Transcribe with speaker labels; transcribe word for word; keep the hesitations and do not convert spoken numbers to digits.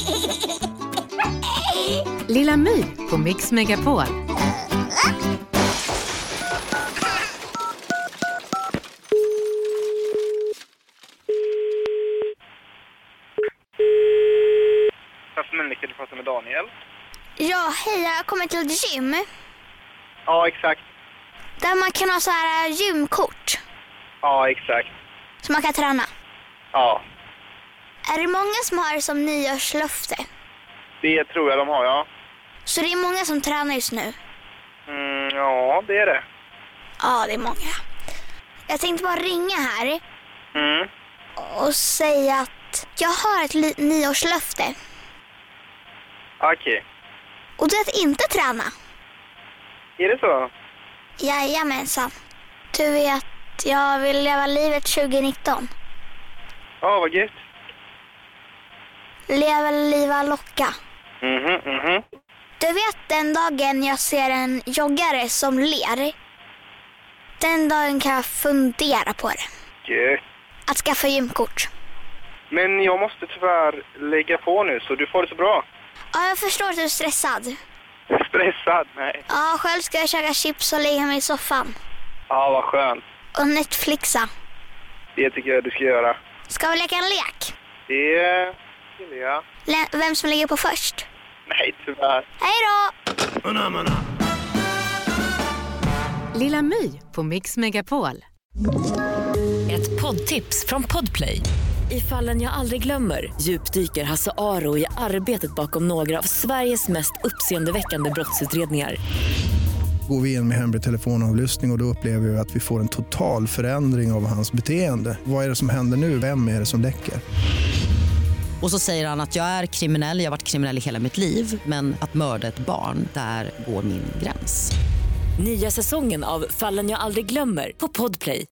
Speaker 1: Lilla My på Mix Megapol.
Speaker 2: Människor, du pratar med Daniel.
Speaker 3: Ja, hej, jag har kommit till ett gym.
Speaker 2: Ja, exakt.
Speaker 3: Där man kan ha så här gymkort.
Speaker 2: Ja, exakt.
Speaker 3: Så man kan träna.
Speaker 2: Ja.
Speaker 3: Är det många som har det som nyårslöfte?
Speaker 2: Det tror jag de har, ja.
Speaker 3: Så det är många som tränar just nu?
Speaker 2: Mm, ja, det är det.
Speaker 3: Ja, det är många. Jag tänkte bara ringa här.
Speaker 2: Mm.
Speaker 3: Och säga att jag har ett li- nyårslöfte.
Speaker 2: Okej. Okay.
Speaker 3: Och det är att inte träna.
Speaker 2: Är det så?
Speaker 3: Jajamensan. Du vet, jag vill leva livet tjugonitton.
Speaker 2: Ja, vad gött.
Speaker 3: Leva, liva, locka.
Speaker 2: Mhm, mhm.
Speaker 3: Du vet den dagen jag ser en joggare som ler. Den dagen kan jag fundera på det.
Speaker 2: Gött.
Speaker 3: Att skaffa gymkort.
Speaker 2: Men jag måste tyvärr lägga på nu, så du får det så bra.
Speaker 3: Ja, jag förstår att du är stressad.
Speaker 2: Stressad? Nej.
Speaker 3: Ja, själv ska jag käka chips och lägga mig i soffan.
Speaker 2: Ja, vad skönt.
Speaker 3: Och Netflixa.
Speaker 2: Det tycker jag du ska göra.
Speaker 3: Ska vi leka en lek?
Speaker 2: Det vill jag.
Speaker 3: Le- vem som ligger på först?
Speaker 2: Nej, tyvärr.
Speaker 3: Hej då!
Speaker 1: Lilla My på Mix Megapol.
Speaker 4: Ett poddtips från Podplay. I Fallen jag aldrig glömmer djupdyker Hasse Aro i arbetet bakom några av Sveriges mest uppseendeväckande brottsutredningar.
Speaker 5: Går vi in med hemlig telefonavlyssning och, och då upplever vi att vi får en total förändring av hans beteende. Vad är det som händer nu? Vem är det som läcker?
Speaker 6: Och så säger han att jag är kriminell, jag har varit kriminell i hela mitt liv. Men att mörda ett barn, där går min gräns.
Speaker 4: Nya säsongen av Fallen jag aldrig glömmer på Podplay.